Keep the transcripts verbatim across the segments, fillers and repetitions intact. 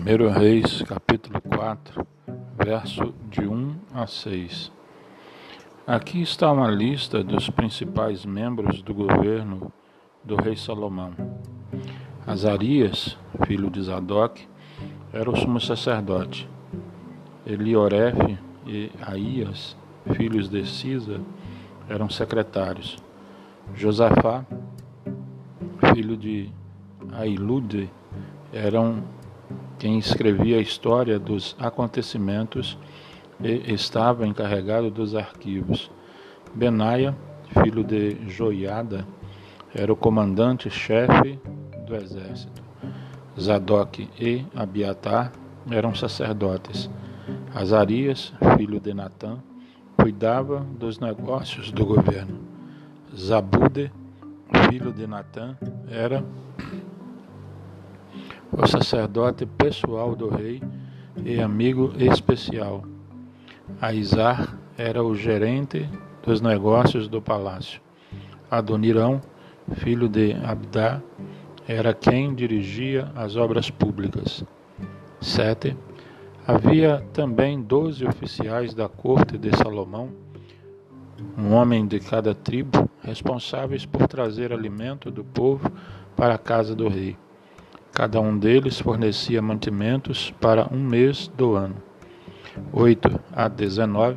primeiro Reis, capítulo quatro, verso de um a seis. Aqui está uma lista dos principais membros do governo do rei Salomão. Azarias, filho de Zadok, era o sumo sacerdote. Eliorefe e Aías, filhos de Cisa, eram secretários. Josafá, filho de Ailude, eram quem escrevia a história dos acontecimentos e estava encarregado dos arquivos. Benaia, filho de Joiada, era o comandante-chefe do exército. Zadok e Abiatar eram sacerdotes. Azarias, filho de Natã, cuidava dos negócios do governo. Zabude, filho de Natã, era o sacerdote pessoal do rei e amigo especial. Aizar era o gerente dos negócios do palácio. Adonirão, filho de Abdá, era quem dirigia as obras públicas. Sete. Havia também doze oficiais da corte de Salomão, um homem de cada tribo, responsáveis por trazer alimento do povo para a casa do rei. Cada um deles fornecia mantimentos para um mês do ano. oito a dezenove.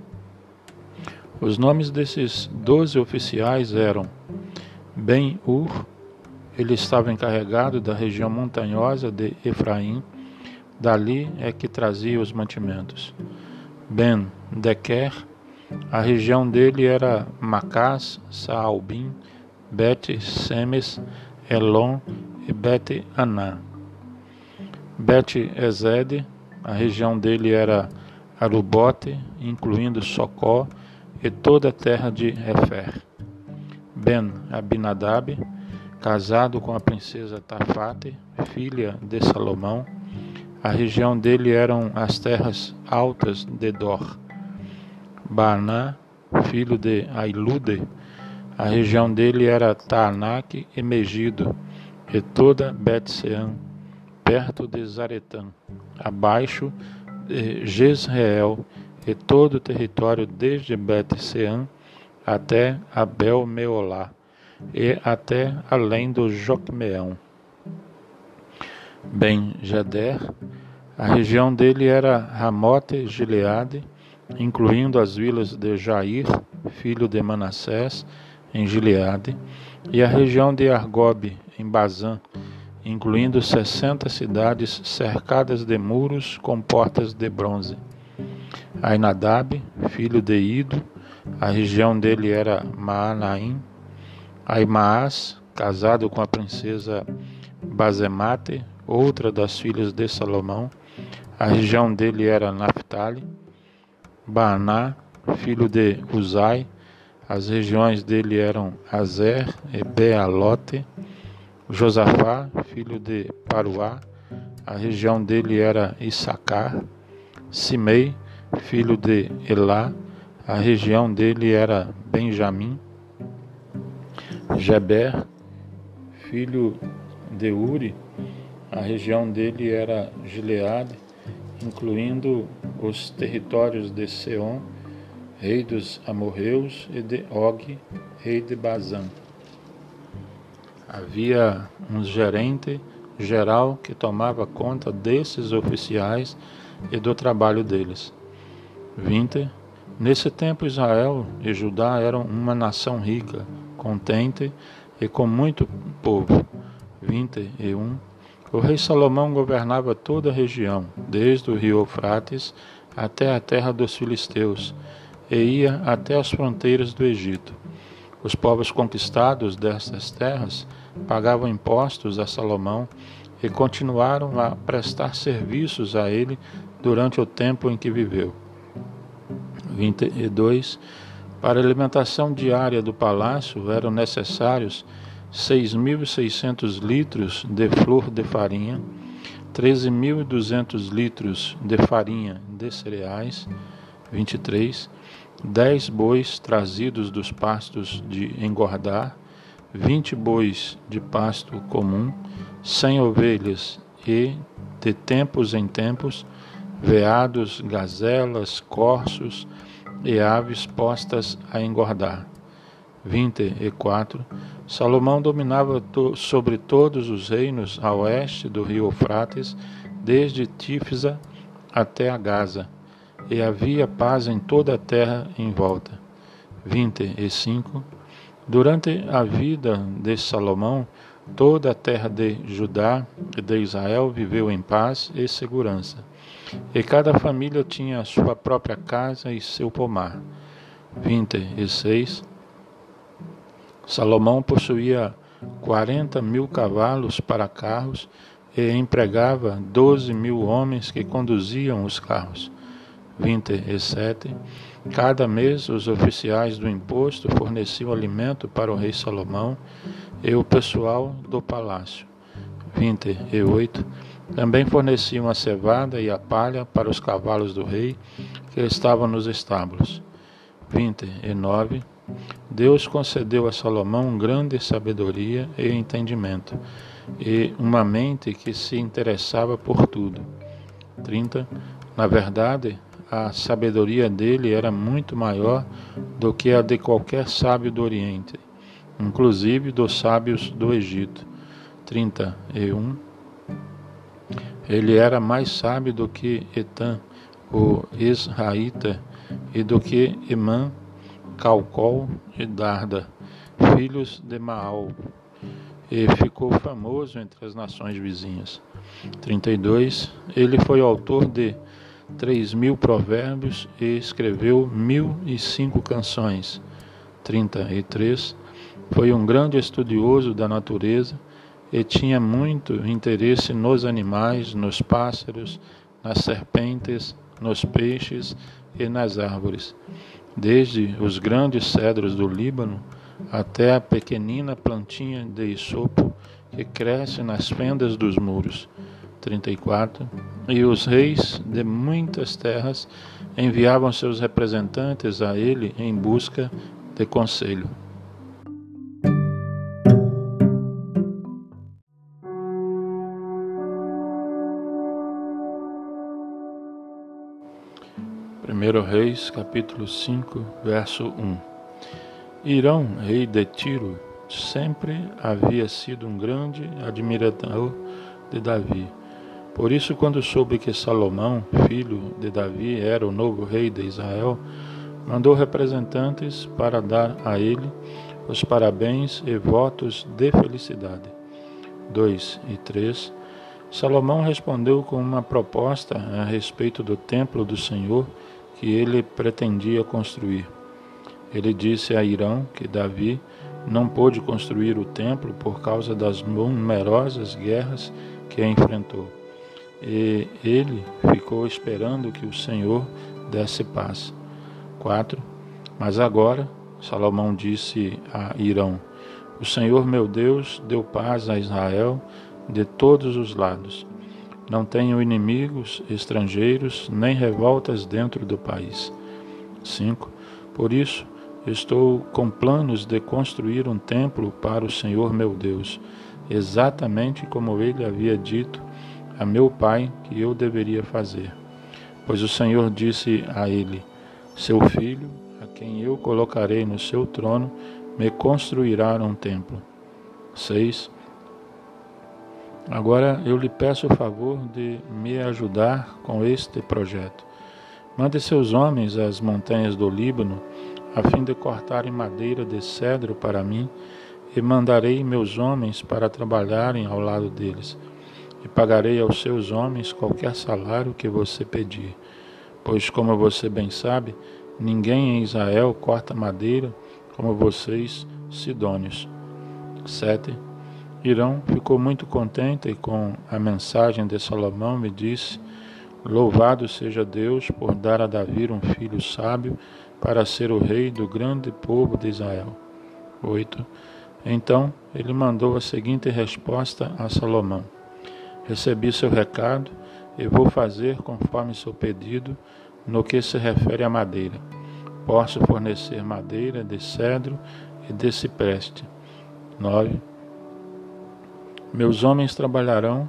Os nomes desses doze oficiais eram Ben-Ur, ele estava encarregado da região montanhosa de Efraim, dali é que trazia os mantimentos. Ben-Dequer, a região dele era Macás, Saalbim, Bet-Semes, Elon e Bet-Aná. Bet-Ezede, a região dele era Arubote, incluindo Socó e toda a terra de Refer. Ben-Abinadab, casado com a princesa Tafate, filha de Salomão, a região dele eram as terras altas de Dor. Baaná, filho de Ailude, a região dele era Taanac e Megido, e toda Bet-Sean, perto de Zaretã, abaixo de Jezreel, e todo o território desde Bet-Sean até Abel-Meolá, e até além do Jocmeão. Ben-Geder, a região dele era Ramote-Gileade, incluindo as vilas de Jair, filho de Manassés, em Gileade, e a região de Argobe, em Bazã, incluindo sessenta cidades cercadas de muros com portas de bronze. Ainadab, filho de Ido, a região dele era Maanaim. Aimaas, casado com a princesa Bazemate, outra das filhas de Salomão, a região dele era Naphtali. Baaná, filho de Uzai, as regiões dele eram Azer e Bealote. Josafá, filho de Paruá, a região dele era Issacar. Simei, filho de Elá, a região dele era Benjamim. Geber, filho de Uri, a região dele era Gileade, incluindo os territórios de Seom, rei dos amorreus, e de Og, rei de Bazã. Havia um gerente geral que tomava conta desses oficiais e do trabalho deles. vinte. Nesse tempo Israel e Judá eram uma nação rica, contente e com muito povo. vinte e um. O rei Salomão governava toda a região, desde o rio Eufrates até a terra dos filisteus, e ia até as fronteiras do Egito. Os povos conquistados destas terras pagavam impostos a Salomão e continuaram a prestar serviços a ele durante o tempo em que viveu. vinte e dois. Para a alimentação diária do palácio eram necessários seis mil e seiscentos litros de flor de farinha, treze mil e duzentos litros de farinha de cereais. vinte e três. dez bois trazidos dos pastos de engordar, vinte bois de pasto comum, cem ovelhas e, de tempos em tempos, veados, gazelas, corços e aves postas a engordar. vinte e quatro. Salomão dominava to- sobre todos os reinos a oeste do rio Eufrates, desde Tífisa até a Gaza, e havia paz em toda a terra em volta. vinte e cinco. Durante a vida de Salomão, toda a terra de Judá e de Israel viveu em paz e segurança, e cada família tinha a sua própria casa e seu pomar. vinte e seis. Salomão possuía quarenta mil cavalos para carros e empregava doze mil homens que conduziam os carros. vinte e sete. Cada mês os oficiais do imposto forneciam alimento para o rei Salomão e o pessoal do palácio. vinte e oito. Também forneciam a cevada e a palha para os cavalos do rei que estavam nos estábulos. vinte e nove. Deus concedeu a Salomão grande sabedoria e entendimento, e uma mente que se interessava por tudo. trinta. Na verdade, a sabedoria dele era muito maior do que a de qualquer sábio do Oriente, inclusive dos sábios do Egito. trinta e um. Ele era mais sábio do que Etã, o Israelita, e do que Emã, Calcol e Darda, filhos de Maal, e ficou famoso entre as nações vizinhas. trinta e dois. Ele foi autor de três mil provérbios e escreveu mil e cinco canções. trinta e três. Foi um grande estudioso da natureza e tinha muito interesse nos animais, nos pássaros, nas serpentes, nos peixes e nas árvores, desde os grandes cedros do Líbano até a pequenina plantinha de isopo que cresce nas fendas dos muros. trinta e quatro. E os reis de muitas terras enviavam seus representantes a ele em busca de conselho. primeiro Reis, capítulo cinco, verso um. Hirão, rei de Tiro, sempre havia sido um grande admirador de Davi. Por isso, quando soube que Salomão, filho de Davi, era o novo rei de Israel, mandou representantes para dar a ele os parabéns e votos de felicidade. dois e três. Salomão respondeu com uma proposta a respeito do templo do Senhor que ele pretendia construir. Ele disse a Hirão que Davi não pôde construir o templo por causa das numerosas guerras que enfrentou, e ele ficou esperando que o Senhor desse paz. quatro. Mas agora, Salomão disse a Hirão: o Senhor meu Deus deu paz a Israel de todos os lados. Não tenho inimigos estrangeiros, nem revoltas dentro do país. cinco. Por isso, estou com planos de construir um templo para o Senhor meu Deus, exatamente como ele havia dito a meu pai que eu deveria fazer. Pois o Senhor disse a ele: seu filho, a quem eu colocarei no seu trono, me construirá um templo. seis. Agora eu lhe peço o favor de me ajudar com este projeto. Mande seus homens às montanhas do Líbano, a fim de cortarem madeira de cedro para mim, e mandarei meus homens para trabalharem ao lado deles, e pagarei aos seus homens qualquer salário que você pedir, pois, como você bem sabe, ninguém em Israel corta madeira como vocês, sidônios. sete. Hirão ficou muito contente com a mensagem de Salomão e disse: louvado seja Deus por dar a Davi um filho sábio para ser o rei do grande povo de Israel. oito. Então ele mandou a seguinte resposta a Salomão: recebi seu recado e vou fazer conforme seu pedido no que se refere à madeira. Posso fornecer madeira de cedro e de cipreste. nove. Meus homens trabalharão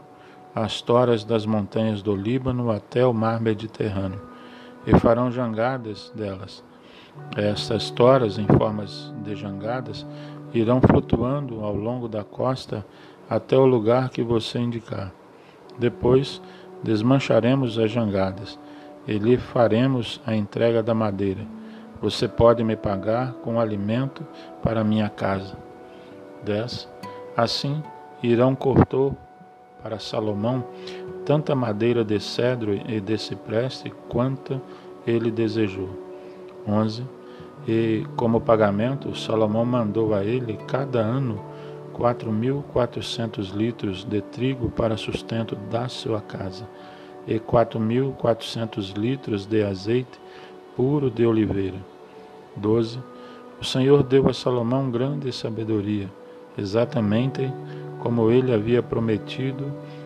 as toras das montanhas do Líbano até o mar Mediterrâneo, e farão jangadas delas. Estas toras, em formas de jangadas, irão flutuando ao longo da costa até o lugar que você indicar. Depois, desmancharemos as jangadas e lhe faremos a entrega da madeira. Você pode me pagar com alimento para minha casa. dez. Assim, Irão cortou para Salomão tanta madeira de cedro e de cipreste quanto ele desejou. onze. E, como pagamento, Salomão mandou a ele cada ano quatro mil e quatrocentos litros de trigo para sustento da sua casa, e quatro mil e quatrocentos litros de azeite puro de oliveira. doze. O Senhor deu a Salomão grande sabedoria, exatamente como ele havia prometido.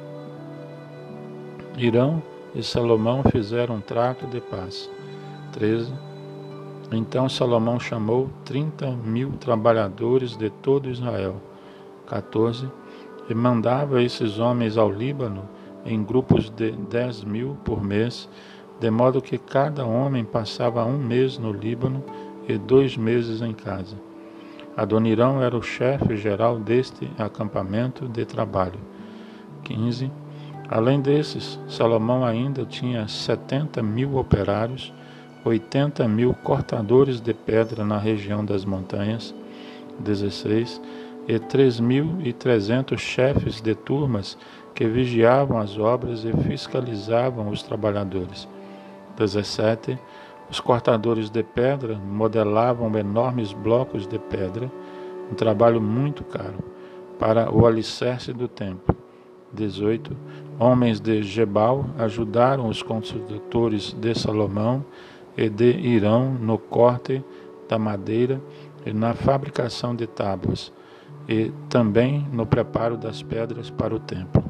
Irão e Salomão fizeram um trato de paz. treze. Então Salomão chamou trinta mil trabalhadores de todo Israel. quatorze. E mandava esses homens ao Líbano em grupos de dez mil por mês, de modo que cada homem passava um mês no Líbano e dois meses em casa. Adonirão era o chefe geral deste acampamento de trabalho. quinze. Além desses, Salomão ainda tinha setenta mil operários, oitenta mil cortadores de pedra na região das montanhas. dezesseis. E três mil e trezentos chefes de turmas que vigiavam as obras e fiscalizavam os trabalhadores. dezessete. Os cortadores de pedra modelavam enormes blocos de pedra, um trabalho muito caro, para o alicerce do templo. dezoito. Homens de Gebal ajudaram os construtores de Salomão e de Irão no corte da madeira e na fabricação de tábuas, e também no preparo das pedras para o templo.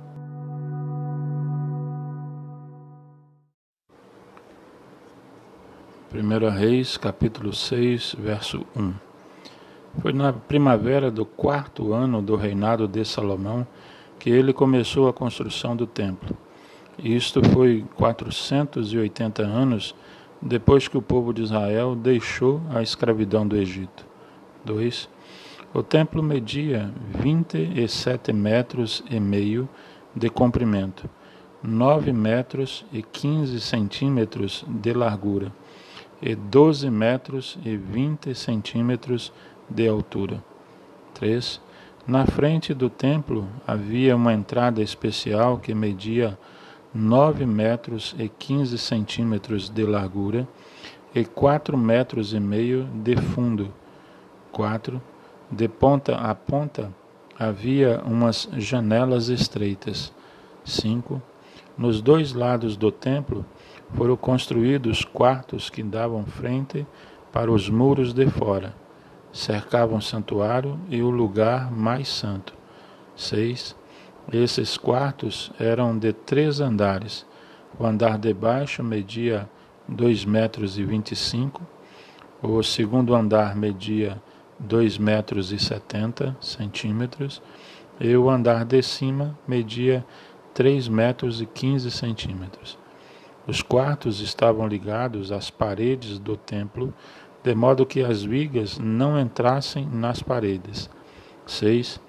primeira Reis, capítulo seis, verso um. Foi na primavera do quarto ano do reinado de Salomão que ele começou a construção do templo. Isto foi quatrocentos e oitenta anos depois que o povo de Israel deixou a escravidão do Egito. dois. O templo media vinte e sete metros e meio de comprimento, nove metros e quinze centímetros de largura e doze metros e vinte centímetros de altura. três. Na frente do templo havia uma entrada especial que media nove metros e quinze centímetros de largura e quatro metros e meio de fundo. quatro. De ponta a ponta havia umas janelas estreitas. cinco. Nos dois lados do templo foram construídos quartos que davam frente para os muros de fora, cercavam o santuário e o lugar mais santo. seis. Esses quartos eram de três andares. O andar de baixo media dois metros e vinte e cinco, o segundo andar media dois metros e setenta centímetros e o andar de cima media três metros e quinze centímetros. Os quartos estavam ligados às paredes do templo, de modo que as vigas não entrassem nas paredes. seis.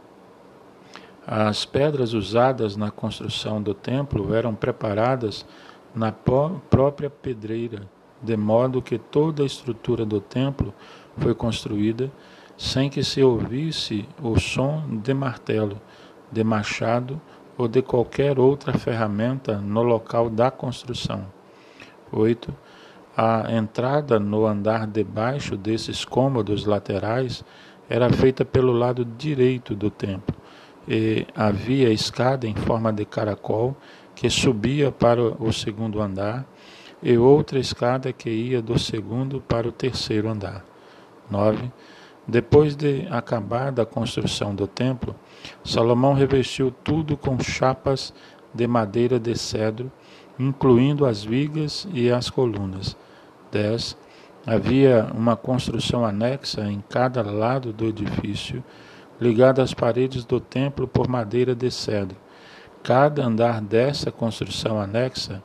As pedras usadas na construção do templo eram preparadas na própria pedreira, de modo que toda a estrutura do templo foi construída sem que se ouvisse o som de martelo, de machado ou de qualquer outra ferramenta no local da construção. oito. A entrada no andar de baixo desses cômodos laterais era feita pelo lado direito do templo, e havia escada em forma de caracol que subia para o segundo andar, e outra escada que ia do segundo para o terceiro andar. nove. Depois de acabada a construção do templo, Salomão revestiu tudo com chapas de madeira de cedro, incluindo as vigas e as colunas. dez. Havia uma construção anexa em cada lado do edifício, ligada às paredes do templo por madeira de cedro, Cada andar dessa construção anexa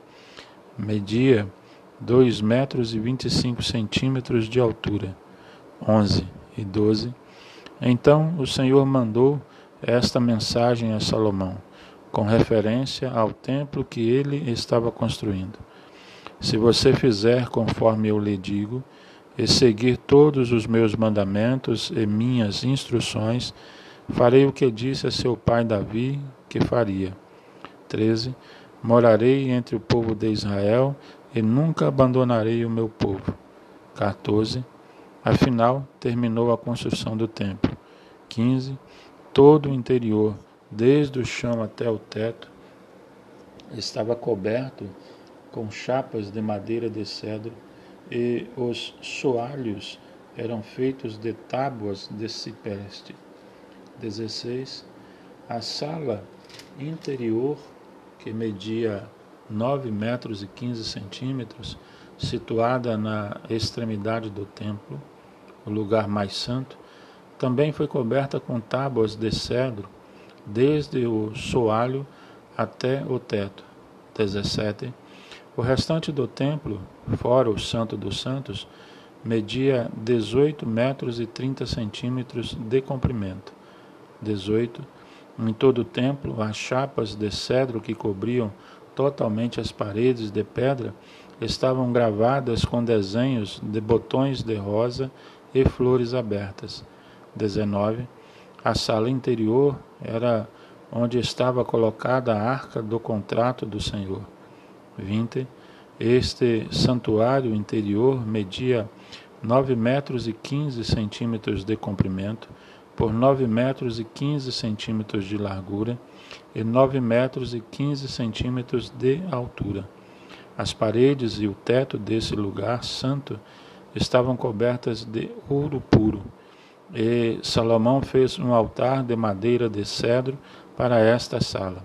media dois metros e vinte e cinco centímetros de altura. onze e doze. Então o Senhor mandou esta mensagem a Salomão, com referência ao templo que ele estava construindo. Se você fizer conforme eu lhe digo, e seguir todos os meus mandamentos e minhas instruções, farei o que disse a seu pai Davi que faria. treze. Morarei entre o povo de Israel e nunca abandonarei o meu povo. quatorze. Afinal, terminou a construção do templo. quinze. Todo o interior, desde o chão até o teto, estava coberto com chapas de madeira de cedro, e os soalhos eram feitos de tábuas de cipreste. dezesseis. A sala interior, que media nove metros e quinze centímetros, situada na extremidade do templo, o lugar mais santo, também foi coberta com tábuas de cedro, desde o soalho até o teto. dezessete. O restante do templo, fora o Santo dos Santos, media dezoito metros e trinta centímetros de comprimento. dezoito. Em todo o templo, as chapas de cedro que cobriam totalmente as paredes de pedra estavam gravadas com desenhos de botões de rosa e flores abertas. dezenove. A sala interior era onde estava colocada a arca do contrato do Senhor. vinte. Este santuário interior media nove metros e quinze centímetros de comprimento, por nove metros e quinze centímetros de largura e nove metros e quinze centímetros de altura. As paredes e o teto desse lugar santo estavam cobertas de ouro puro, e Salomão fez um altar de madeira de cedro para esta sala.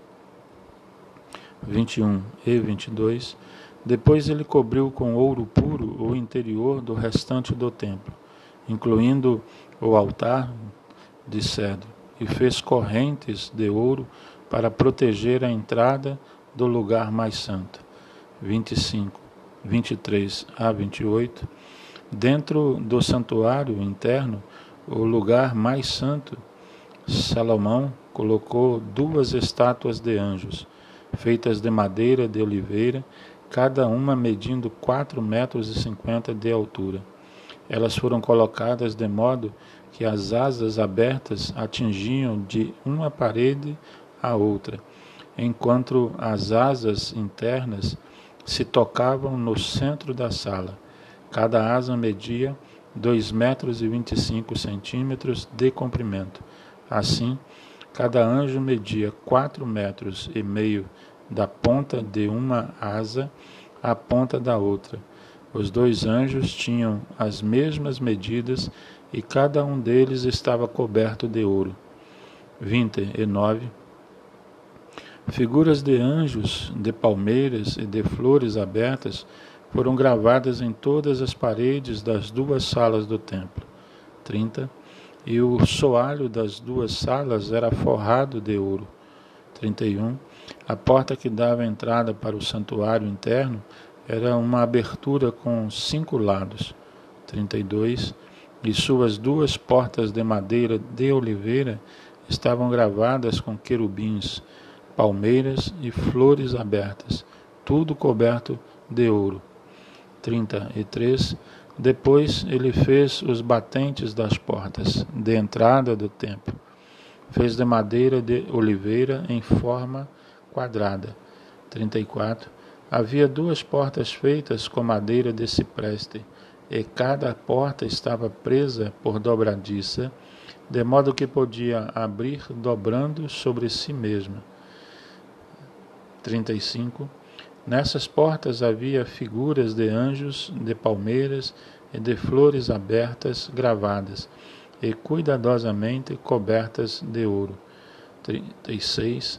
vinte e um e vinte e dois. Depois ele cobriu com ouro puro o interior do restante do templo, incluindo o altar de cedro, e fez correntes de ouro para proteger a entrada do lugar mais santo. vinte e cinco, vinte e três a vinte e oito. Dentro do santuário interno, o lugar mais santo, Salomão colocou duas estátuas de anjos, feitas de madeira de oliveira, cada uma medindo quatro metros e cinquenta de altura. Elas foram colocadas de modo que as asas abertas atingiam de uma parede à outra, enquanto as asas internas se tocavam no centro da sala. Cada asa media dois metros e vinte e cinco centímetros de comprimento. Assim, cada anjo media quatro metros e meio da ponta de uma asa à ponta da outra. Os dois anjos tinham as mesmas medidas e cada um deles estava coberto de ouro. vinte e nove. Figuras de anjos, de palmeiras e de flores abertas foram gravadas em todas as paredes das duas salas do templo. trinta. E o soalho das duas salas era forrado de ouro. trinta e um. A porta que dava entrada para o santuário interno era uma abertura com cinco lados. trinta e dois. E suas duas portas de madeira de oliveira estavam gravadas com querubins, palmeiras e flores abertas, tudo coberto de ouro. trinta e três. Depois ele fez os batentes das portas de entrada do templo. Fez de madeira de oliveira em forma quadrada. trinta e quatro. Havia duas portas feitas com madeira de cipreste, e cada porta estava presa por dobradiça, de modo que podia abrir dobrando sobre si mesma. trinta e cinco. Nessas portas havia figuras de anjos, de palmeiras e de flores abertas gravadas, e cuidadosamente cobertas de ouro. trinta e seis.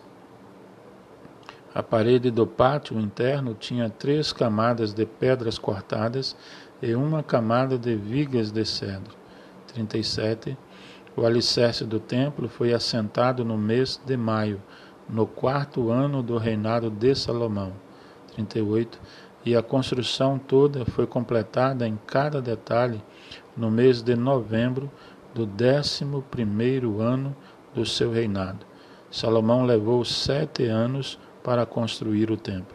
A parede do pátio interno tinha três camadas de pedras cortadas e uma camada de vigas de cedro. trinta e sete. O alicerce do templo foi assentado no mês de maio, no quarto ano do reinado de Salomão. trinta e oito. E a construção toda foi completada em cada detalhe no mês de novembro do décimo primeiro ano do seu reinado. Salomão levou sete anos para construir o templo.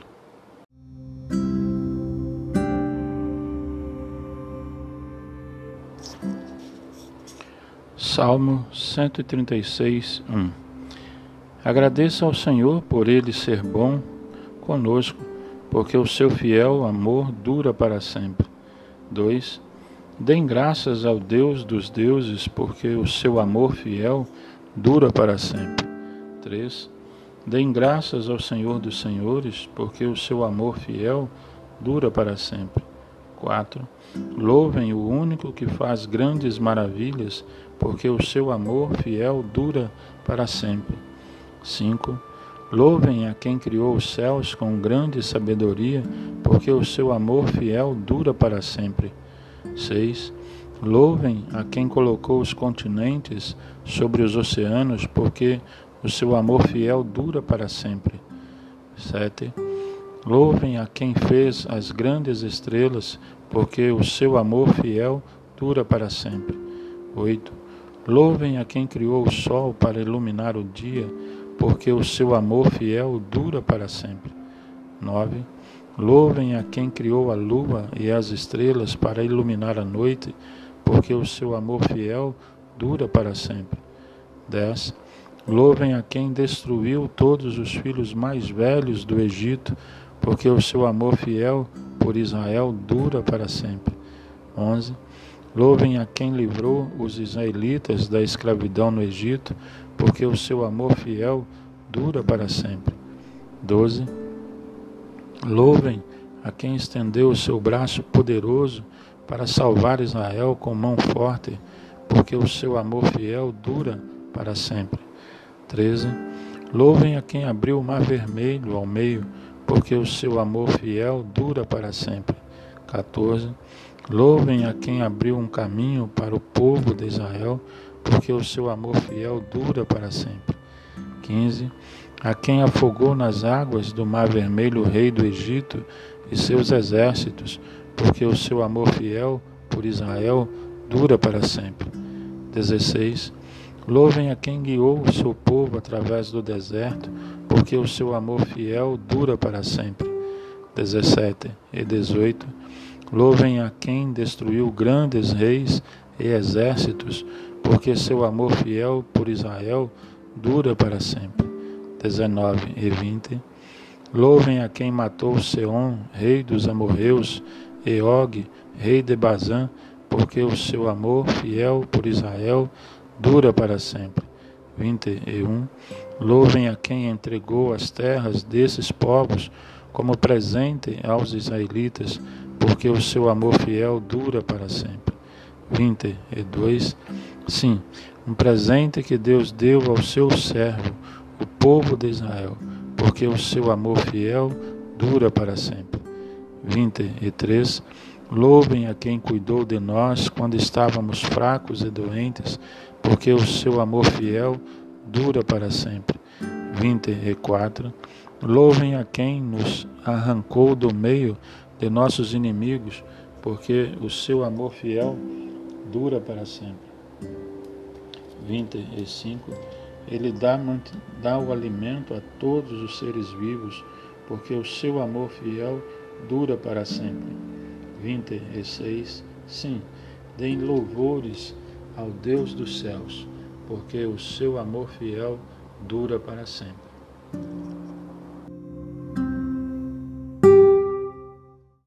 Salmo cento e trinta e seis, um. Agradeça ao Senhor por Ele ser bom conosco, porque o seu fiel amor dura para sempre. dois. Deem graças ao Deus dos deuses, porque o seu amor fiel dura para sempre. três. Deem graças ao Senhor dos senhores, porque o seu amor fiel dura para sempre. quatro. Louvem o único que faz grandes maravilhas, porque o seu amor fiel dura para sempre. cinco. Louvem a quem criou os céus com grande sabedoria, porque o seu amor fiel dura para sempre. seis. Louvem a quem colocou os continentes sobre os oceanos, porque o seu amor fiel dura para sempre. sete. Louvem a quem fez as grandes estrelas, porque o seu amor fiel dura para sempre. oito. Louvem a quem criou o sol para iluminar o dia, porque o seu amor fiel dura para sempre. nove. Louvem a quem criou a lua e as estrelas para iluminar a noite, porque o seu amor fiel dura para sempre. dez. Louvem a quem destruiu todos os filhos mais velhos do Egito, porque o seu amor fiel por Israel dura para sempre. onze. Louvem a quem livrou os israelitas da escravidão no Egito, porque o seu amor fiel dura para sempre. doze. Louvem a quem estendeu o seu braço poderoso para salvar Israel com mão forte, porque o seu amor fiel dura para sempre. treze. Louvem a quem abriu o mar vermelho ao meio, porque o seu amor fiel dura para sempre. quatorze. Louvem a quem abriu um caminho para o povo de Israel, porque o seu amor fiel dura para sempre. quinze. A quem afogou nas águas do mar vermelho o rei do Egito e seus exércitos, porque o seu amor fiel por Israel dura para sempre. dezesseis. Louvem a quem guiou o seu povo através do deserto, porque o seu amor fiel dura para sempre. dezessete e dezoito. Louvem a quem destruiu grandes reis e exércitos, porque seu amor fiel por Israel dura para sempre. dezenove e vinte. Louvem a quem matou Seom, rei dos amorreus, e Og, rei de Bazã, porque o seu amor fiel por Israel dura para sempre. vinte e um. Louvem a quem entregou as terras desses povos como presente aos israelitas, porque o seu amor fiel dura para sempre. vinte e dois. Sim, um presente que Deus deu ao seu servo, o povo de Israel, porque o seu amor fiel dura para sempre. vinte e três. Louvem a quem cuidou de nós quando estávamos fracos e doentes, porque o seu amor fiel dura para sempre. vinte e quatro. Louvem a quem nos arrancou do meio de nossos inimigos, porque o seu amor fiel dura para sempre. vinte e cinco. Ele dá, dá o alimento a todos os seres vivos, porque o seu amor fiel dura para sempre. vinte e seis. Sim, deem louvores ao Deus dos céus, porque o seu amor fiel dura para sempre.